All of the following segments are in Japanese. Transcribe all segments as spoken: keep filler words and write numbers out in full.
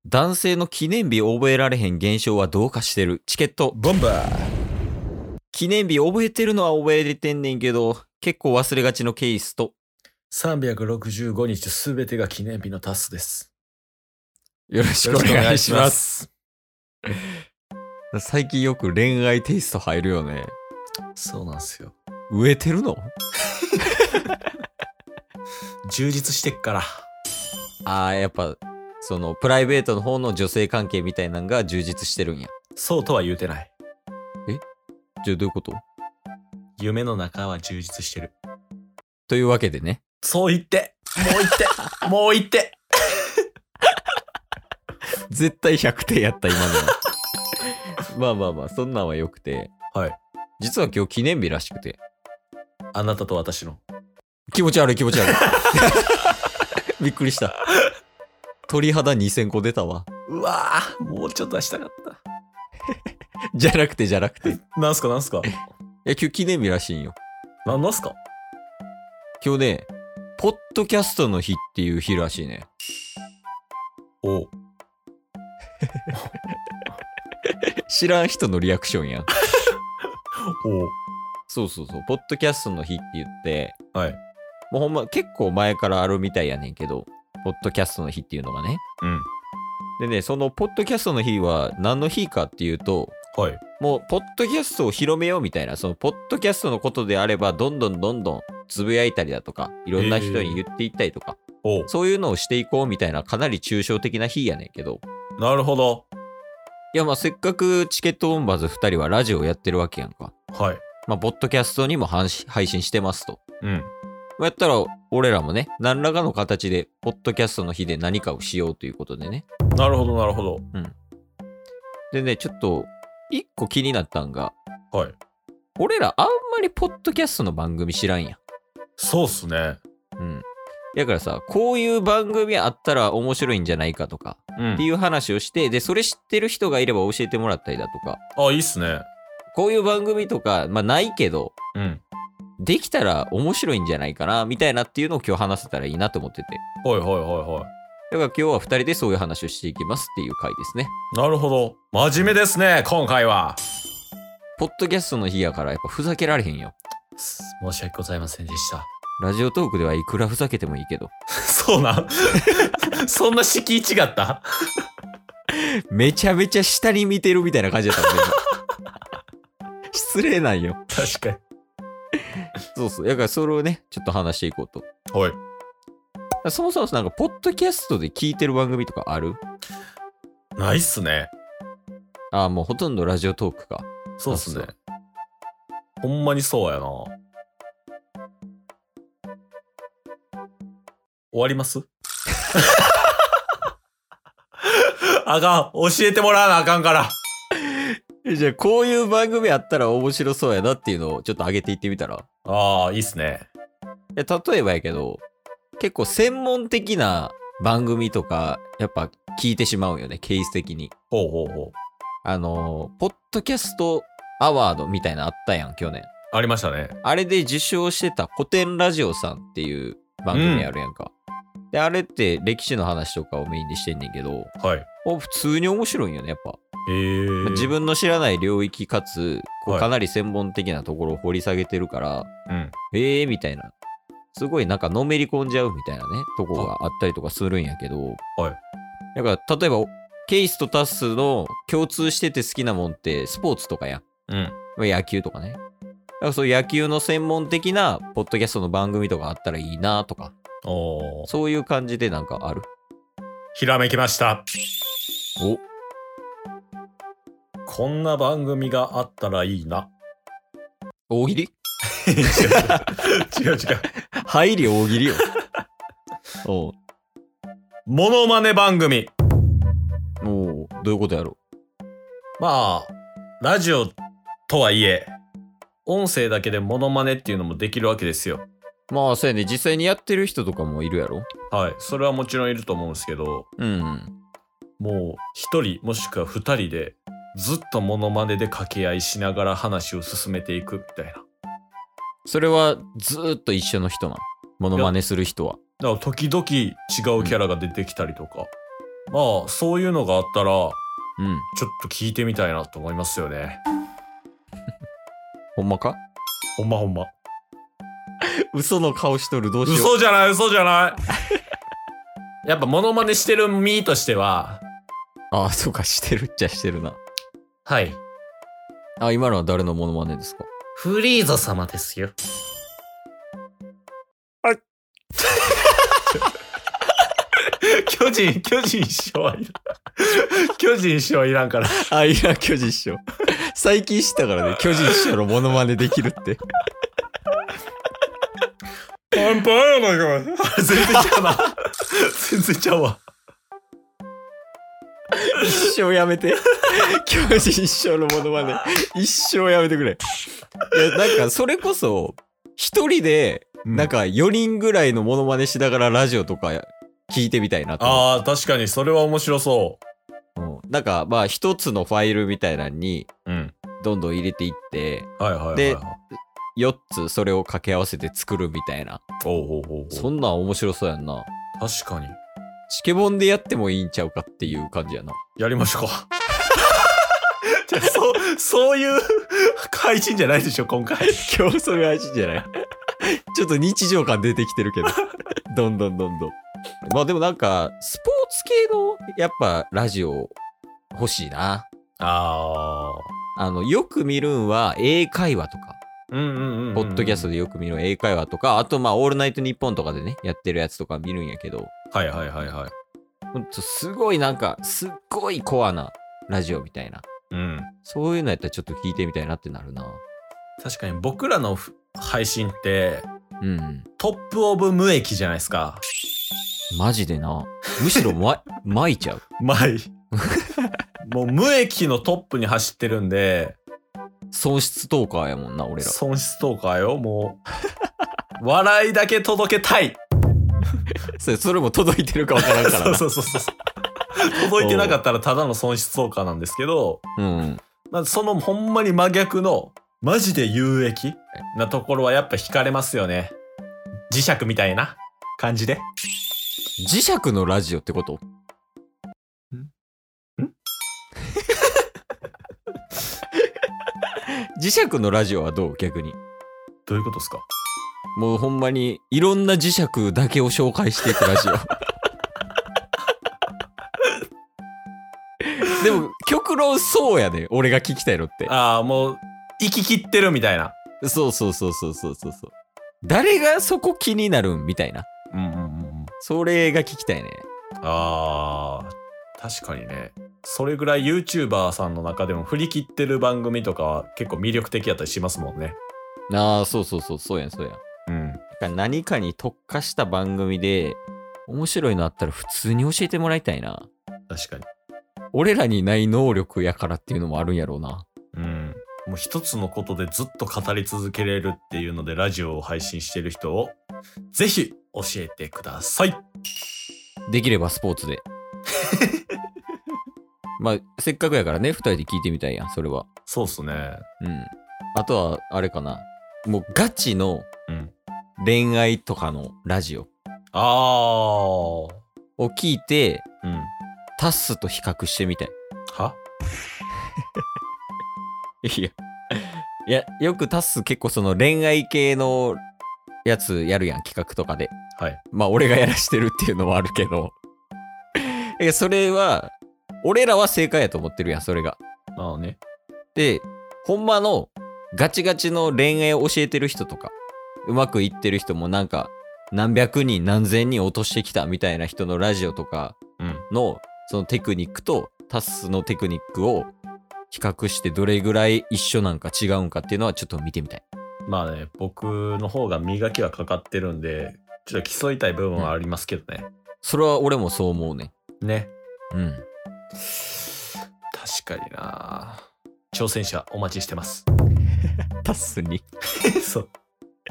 男性の記念日覚えられへん現象はどうかしてる。チケット。 ボンバー。 記念日覚えてるのは覚えれてんねんけど、結構忘れがちのケースと。 さんびゃくろくじゅうごにちすべてが記念日のタスです。 よろしくお願いします。最近よく恋愛テイスト入るよね。 そうなんすよ。 植えてるの充実してっから。 ああ、やっぱ、その、プライベートの方の女性関係みたいなのが充実してるんや。 そうとは言うてない。 え？じゃあどういうこと？ 夢の中は充実してる。 というわけでね。 そう言って。もう言って。もう言って。 絶対ひゃくてんやった、今のは。まあまあまあ、そんなんはよくて。 はい。 実は今日記念日らしくて。 あなたと私の。 気持ち悪い気持ち悪い。びっくりした。鳥肌にせんこ出たわ。 うわぁ、もうちょっとはしたかった。 じゃなくてじゃなくて。 なんすかなんすか。 いや、今日記念日らしいんよ。 なんなんすか。 今日ね、ポッドキャストの日っていう日らしいね。 おう。 知らん人のリアクションやん。 おう。 そうそうそう。ポッドキャストの日って言って、 はい。 もうほんま結構前からあるみたいやねんけど、ポッドキャストの日っていうのがね。 うん。 でね、そのポッドキャストの日は何の日かっていうと、 はい。 もうポッドキャストを広めようみたいな、そのポッドキャストのことであれば、どんどんどんどんつぶやいたりだとか、いろんな人に言っていったりとか、 おう。 そういうのをしていこうみたいな、かなり抽象的な日やねんけど、 なるほど。 いやまあせっかくチケットボンバーズふたりはラジオやってるわけやんか。 はい。 まあ、ポッドキャストにも配信配信してますと。 うん。 まあやったら、俺らもね、何らかの形で、ポッドキャストの日で何かをしようということでね。 なるほどなるほど。 うん。でね、ちょっと、一個気になったんが、 はい。 俺らあんまりポッドキャストの番組知らんやん。 そうっすね。 うん。だからさ、こういう番組あったら面白いんじゃないかとか、 うん。 っていう話をして、で、それ知ってる人がいれば教えてもらったりだとか、 あ、いいっすね。 こういう番組とか、まあないけど、 うん。 できたら面白いんじゃないかな、みたいなっていうのを今日話せたらいいなと思ってて。 はいはいはいはい。 だから今日はふたりでそういう話をしていきますっていう回ですね。 なるほど。真面目ですね、今回は。 ポッドキャストの日やからやっぱふざけられへんよ。 申し訳ございませんでした。 ラジオトークではいくらふざけてもいいけど。 そうなんそんな敷居違っためちゃめちゃ下に見てるみたいな感じだったもんね。失礼なんよ。 確かそうそう。だからそれをね、ちょっと話していこうと。 に。はい。 そもそもなんか、ポッドキャストで聞いてる番組とかある？ ないっすね。 ああ、もうほとんどラジオトークか。 そうっすねあ。 ほんまにそうやな。終わりますあかん。教えてもらわなあかんから。 えじゃあ、こういう番組あったら面白そうやなっていうのをちょっと上げていってみたら。 ああ、いいっすね。 いや例えばやけど、結構専門的な番組とか、やっぱ聞いてしまうよね、ケース的に。 ほうほうほう。 あのー、ポッドキャストアワードみたいなのあったやん、去年。 ありましたね。 あれで受賞してた古典ラジオさんっていう番組あるやんか。うん、で、あれって歴史の話とかをメインにしてんねんけど、 はい。 普通に面白いんよね、やっぱ。 へー。 自分の知らない領域かつ、こうはいかなり専門的なところを掘り下げてるから、 うん。 えーみたいな。すごいなんかのめり込んじゃうみたいなね、とこがあったりとかするんやけど、 はい。 だから例えば、ケイスとタスの共通してて好きなもんってスポーツとかやん。 うん。 野球とかね。だからそういう野球の専門的なポッドキャストの番組とかあったらいいなとか、 おー。 そういう感じでなんかある。 ひらめきました。 お、 こんな番組があったらいいな。 大喜利違う違う。 入り大喜利よ。おうモノマネ番組。 おうどういうことやろまあ、ラジオとはいえ、音声だけでモノマネっていうのもできるわけですよ。 まあそうやね、実際にやってる人とかもいるやろ。 はい。それはもちろんいると思うんですけど、 うん。 もう一人もしくは二人でずっとモノマネで掛け合いしながら話を進めていくみたいな。 それはずーっと一緒の人なん？モノマネする人は。 だから時々違うキャラが出てきたりとか。 まあそういうのがあったらちょうん。 っと聞いてみたいなと思いますよね。 ほんまか？ ほんまほんま。 嘘の顔しとる、どうしよう。 嘘じゃない嘘じゃない。やっぱモノマネしてる身としては、 ああ、そうか、してるっちゃしてるな。 はい、 あ、今のは誰のモノマネですか？ フリーザ様ですよ。 はい。 巨人巨人師匠はいらん。巨人師匠はいらんから。 あ、いや、巨人師匠。最近知ったからね、巨人師匠のモノマネできるって。 パンパンやないか。全然ちゃうな。全然ちゃうわ。 一生やめて。巨人師匠のモノマネ。一生やめてくれ。いや、なんか、それこそ、一人で、なんか、よにんぐらいのモノマネしながらラジオとか聞いてみたいなと。 ああ、確かにそれは面白そうん。なんか、まあ、一つのファイルみたいなのに、 う。うん。 どんどん入れていって、 はいはいはい、はい。 で、よっつそれを掛け合わせて作るみたいな。 おうおうおうおう。 そんなん面白そうやんな。 確かに。 チケボンでやってもいいんちゃうかっていう感じやな。 やりましょうか。じゃあそう、そういう配信じゃないでしょ、今回。 今日そういう配信じゃない。ちょっと日常感出てきてるけど。どんどんどんどん。まあでもなんか、スポーツ系の、やっぱラジオ欲しいな。 ああ。 あの、よく見るんは英会話とか。 うんうんうんうんうん。 ポッドキャストでよく見る英会話とか、あとまあ、オールナイトニッポンとかでね、やってるやつとか見るんやけど、 はいはいはいはい。 ほんとすごいなんか、すっごいコアなラジオみたいな。 うん。 そういうのやったらちょっと聞いてみたいなってなるな。 確かに僕らのふ配信って、 うん。 トップオブ無益じゃないですか。 マジでな。むしろま、巻いちゃう。 まい。もう無益のトップに走ってるんで、 損失トーカーやもんな、俺ら。 損失トーカーよ、もう。笑いだけ届けたい。 それ、それも届いてるかわからんからな。 そうそうそうそう。届いてなかったらただの損失トーカーなんですけど、 うん。 まあ、そのほんまに真逆の、マジで有益なところはやっぱ惹かれますよね。磁石みたいな感じで。 磁石のラジオってこと？ んん磁石のラジオはどう？逆に。 どういうことですか？ もうほんまにいろんな磁石だけを紹介していくラジオ。でも極論そうやで、俺が聞きたいのって。 ああ、もう、生き切ってるみたいな。 そうそうそうそうそうそうそう。誰がそこ気になるんみたいな。 うんうんうん。 それが聞きたいね。 ああ、確かにね。それぐらい YouTuber さんの中でも振り切ってる番組とかは結構魅力的やったりしますもんね。 ああ、そうそうそう、そうやん、そうやん。 うん。 だから何かに特化した番組で、面白いのあったら普通に教えてもらいたいな。 確かに。 俺らにない能力やからっていうのもあるんやろうな。 うん。もう一つのことでずっと語り続けれるっていうのでラジオを配信してる人をぜひ教えてください。 できればスポーツで。まあ、せっかくやからね、二人で聞いてみたいやん、それは。 そうっすね。 うん。あとは、あれかな。もうガチのうん。 恋愛とかのラジオああ。 を聞いて、 うん。 タスと比較してみたい。 はいや。いや、よくタス結構その恋愛系のやつやるやん、企画とかで。 はい。 まあ、俺がやらしてるっていうのもあるけど。いや、それは、俺らは正解やと思ってるやん、それが。 まあね。 で、ほんまのガチガチの恋愛を教えてる人とか、うまくいってる人もなんか、何百人何千人落としてきたみたいな人のラジオとかうん。 の、そのテクニックとタスのテクニックを比較してどれぐらい一緒なんか違うんかっていうのはちょっと見てみたい。 まあね、僕の方が磨きはかかってるんで、ちょっと競いたい部分はありますけどね。 それは俺もそう思うね。 ね。 うん。 確かにな。挑戦者お待ちしてます。 タスに。 そう。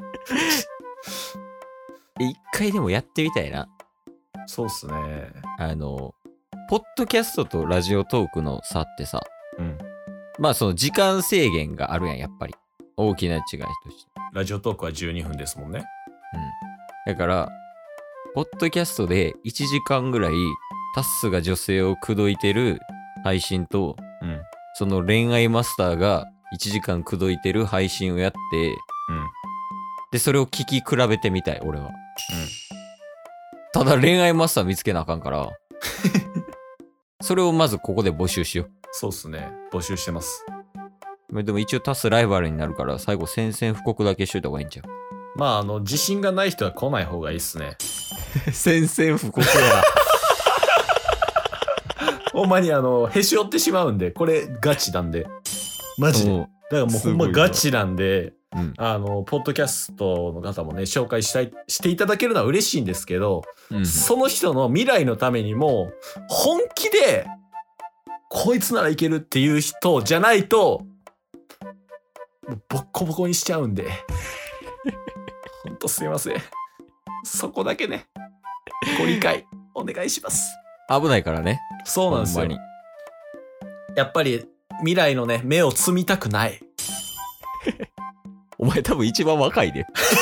一回でもやってみたいな。 そうっすね。 あの、ポッドキャストとラジオトークの差ってさ、 うん。 まあその時間制限があるやん、やっぱり。大きな違いとして。 ラジオトークはじゅうにふんですもんね。 うん。だから、ポッドキャストでいちじかんぐらいタッスが女性を口説いてる配信と、 うんうんその恋愛マスターがいちじかん口説いてる配信をやって、でそれを聞き比べてみたい俺は。ただ恋愛マスター見つけなあかんからそれをまずここで募集しよそうっすね。募集してます。 う。でも一応タスライバルになるから最後宣戦布告だけしといた方がいいんちゃう？ まああの自信がない人は来ない方がいいっすね。 宣戦布告やほんまにあのへし折ってしまうんで、これガチなんでマジで。だからもうほんまガチなんで、 うん、 あのポッドキャストの方もね紹介したいしていただけるのは嬉しいんですけど、 うん、 その人の未来のためにも本気でこいつならいけるっていう人じゃないともうボッコボコにしちゃうんでほんとすいません。そこだけねご理解お願いします。 危ないからね。 そうなんですよ。 ほんまにやっぱり未来のね芽を摘みたくないお前多分一番若いで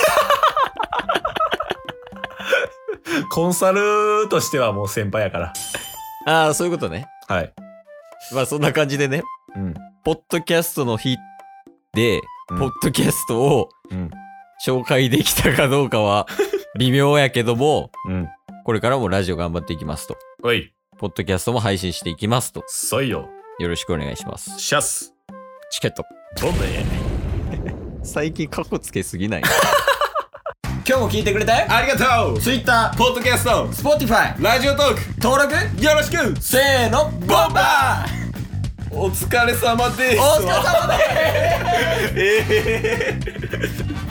コンサルとしてはもう先輩やから。 ああそういうことね。 はい。 まあそんな感じでね、 うん。 ポッドキャストの日で、 うんポッドキャストをうん。 紹介できたかどうかは微妙やけども、 うん。 これからもラジオ頑張っていきますと。 おい。 ポッドキャストも配信していきますと。 そいよ。 よろしくお願いします。 シャス。 チケット。 どんね。 最近カッコつけすぎない今日も聞いてくれてありがとう。 Twitter、ポッドキャスト、Spotify、ラジオトーク登録よろしく。せーのボンバー。お疲れ様です。お疲れ様です。えー